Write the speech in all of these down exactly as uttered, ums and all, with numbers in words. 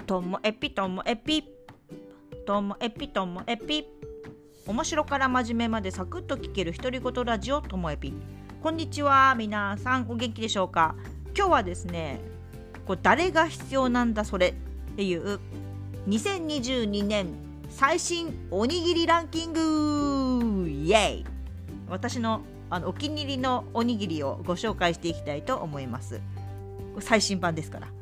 ともエピともエピともエピともエピ、面白から真面目までサクッと聞ける独り言ラジオともエピ。こんにちは、皆さんお元気でしょうか。今日はですね、こう誰が必要なんだそれっていうにせんにじゅうにねん最新おにぎりランキングイエイ。私のあのお気に入りのおにぎりをご紹介していきたいと思います。最新版ですから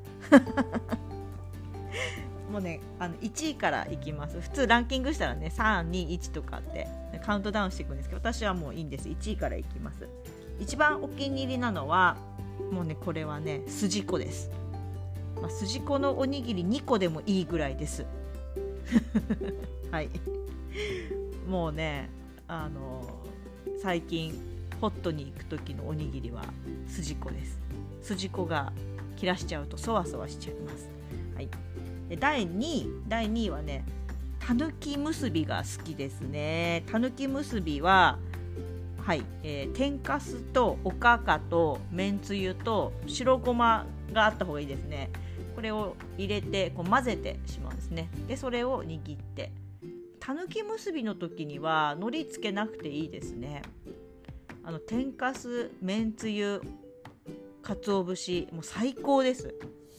もうね、あのいちいからいきます。普通ランキングしたらねさん、に、いちとかってカウントダウンしていくんですけど、私はもういいんです。いちいからいきます。一番お気に入りなのはもうね、これはねすじこです。まあ、すじこのおにぎりにこでもいいぐらいですはいもうね、あの最近ホットに行く時のおにぎりはすじこです。すじこが切らしちゃうとそわそわしちゃいます。はい、でだいにいだいにいはね、たぬき結びが好きですね。たぬき結びははい、えー、天かすとおかかとめんつゆと白ごまがあった方がいいですね。これを入れてこう混ぜてしまうんですね。でそれを握って、たぬき結びの時には海苔つけなくていいですね。あの天かす、めんつゆ、かつお節、もう最高です。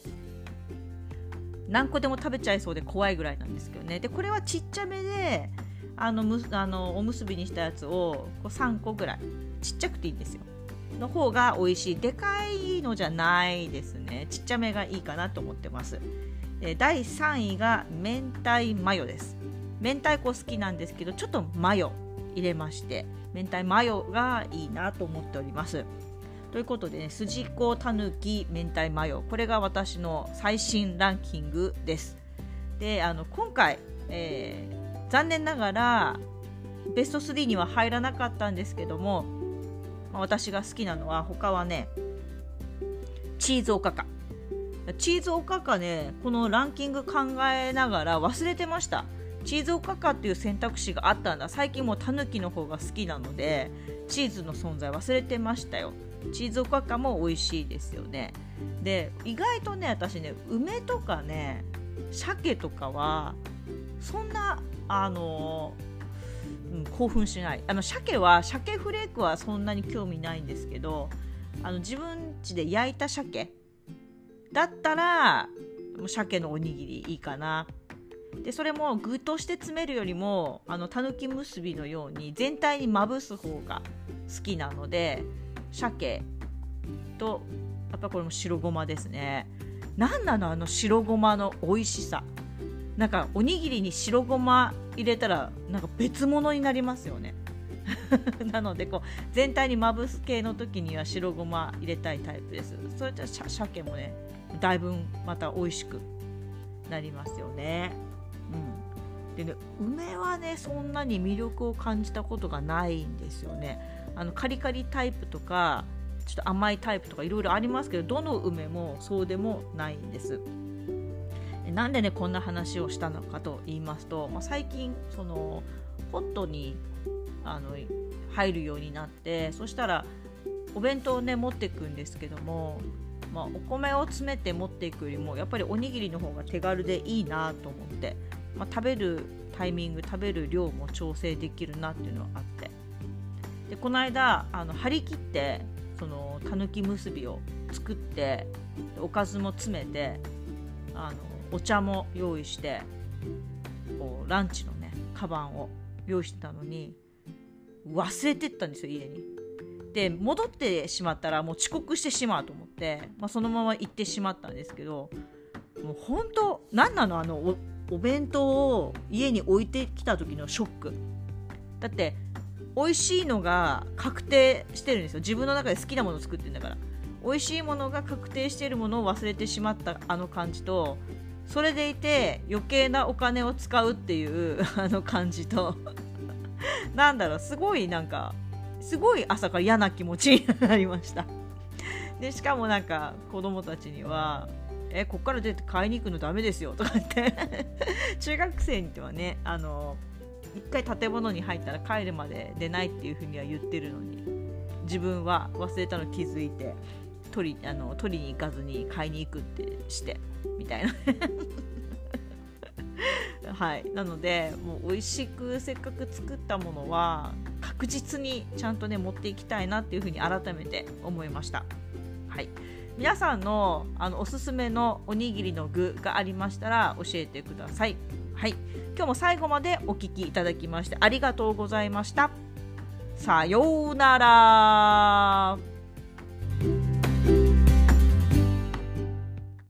何個でも食べちゃいそうで怖いぐらいなんですけどね。でこれはちっちゃめであのむあのおむすびにしたやつをこうさんこぐらい、ちっちゃくていいんですよの方が美味しい。でかいのじゃないですね。ちっちゃめがいいかなと思ってます。でだいさんいが明太マヨです。明太子好きなんですけど、ちょっとマヨ入れまして、明太マヨがいいなと思っております。ということでね、すじこ、たぬき、明太マヨ、これが私の最新ランキングです。であの今回、えー、残念ながらベストスリーには入らなかったんですけども、私が好きなのは他はね、チーズおかか。チーズおかかね、このランキング考えながら忘れてました。チーズおかかっていう選択肢があったんだ。最近もうたぬきの方が好きなのでチーズの存在忘れてましたよ。チーズおかかも美味しいですよね。で意外とね、私ね、梅とかね、鮭とかはそんなあのうん、興奮しない。あの鮭は鮭フレークはそんなに興味ないんですけど、あの自分家で焼いた鮭だったらもう鮭のおにぎりいいかな。でそれも具として詰めるよりも、あのたぬき結びのように全体にまぶす方が好きなので、鮭とやっぱこれも白ごまですね。なんなのあの白ごまの美味しさ。なんかおにぎりに白ごま入れたらなんか別物になりますよねなのでこう全体にまぶす系の時には白ごま入れたいタイプです。それじゃ鮭もね、だいぶまた美味しくなりますよね。うん、でね、梅はねそんなに魅力を感じたことがないんですよね。あのカリカリタイプとかちょっと甘いタイプとかいろいろありますけど、どの梅もそうでもないんです。なんでねこんな話をしたのかと言いますと、まあ、最近そのホットにあの入るようになって、そしたらお弁当をね持っていくんですけども、まあ、お米を詰めて持っていくよりもやっぱりおにぎりの方が手軽でいいなと思って、まあ、食べるタイミング、食べる量も調整できるなっていうのがあって、でこの間あの張り切ってそのたぬき結びを作って、おかずも詰めて、あのお茶も用意して、こうランチのねカバンを用意してたのに忘れてったんですよ、家に。で戻ってしまったらもう遅刻してしまうと思って、まあ、そのまま行ってしまったんですけど、もう本当なんなのあの お, お弁当を家に置いてきた時のショック。だって美味しいのが確定してるんですよ。自分の中で好きなものを作ってるんだから。美味しいものが確定しているものを忘れてしまったあの感じと、それでいて余計なお金を使うっていうあの感じとなんだろう、すごいなんかすごい朝から嫌な気持ちになりました。でしかもなんか子供たちにはえこっから出て買いに行くのダメですよとか言って中学生にはね、あの一回建物に入ったら帰るまで出ないっていうふうには言ってるのに、自分は忘れたの気づいて取り、あの取りに行かずに買いに行くってしてみたいなはい、なのでもう美味しくせっかく作ったものは確実にちゃんとね持っていきたいなっていうふうに改めて思いました。はい、皆さんのあのおすすめのおにぎりの具がありましたら教えてください。はい、今日も最後までお聞きいただきましてありがとうございました。さようなら。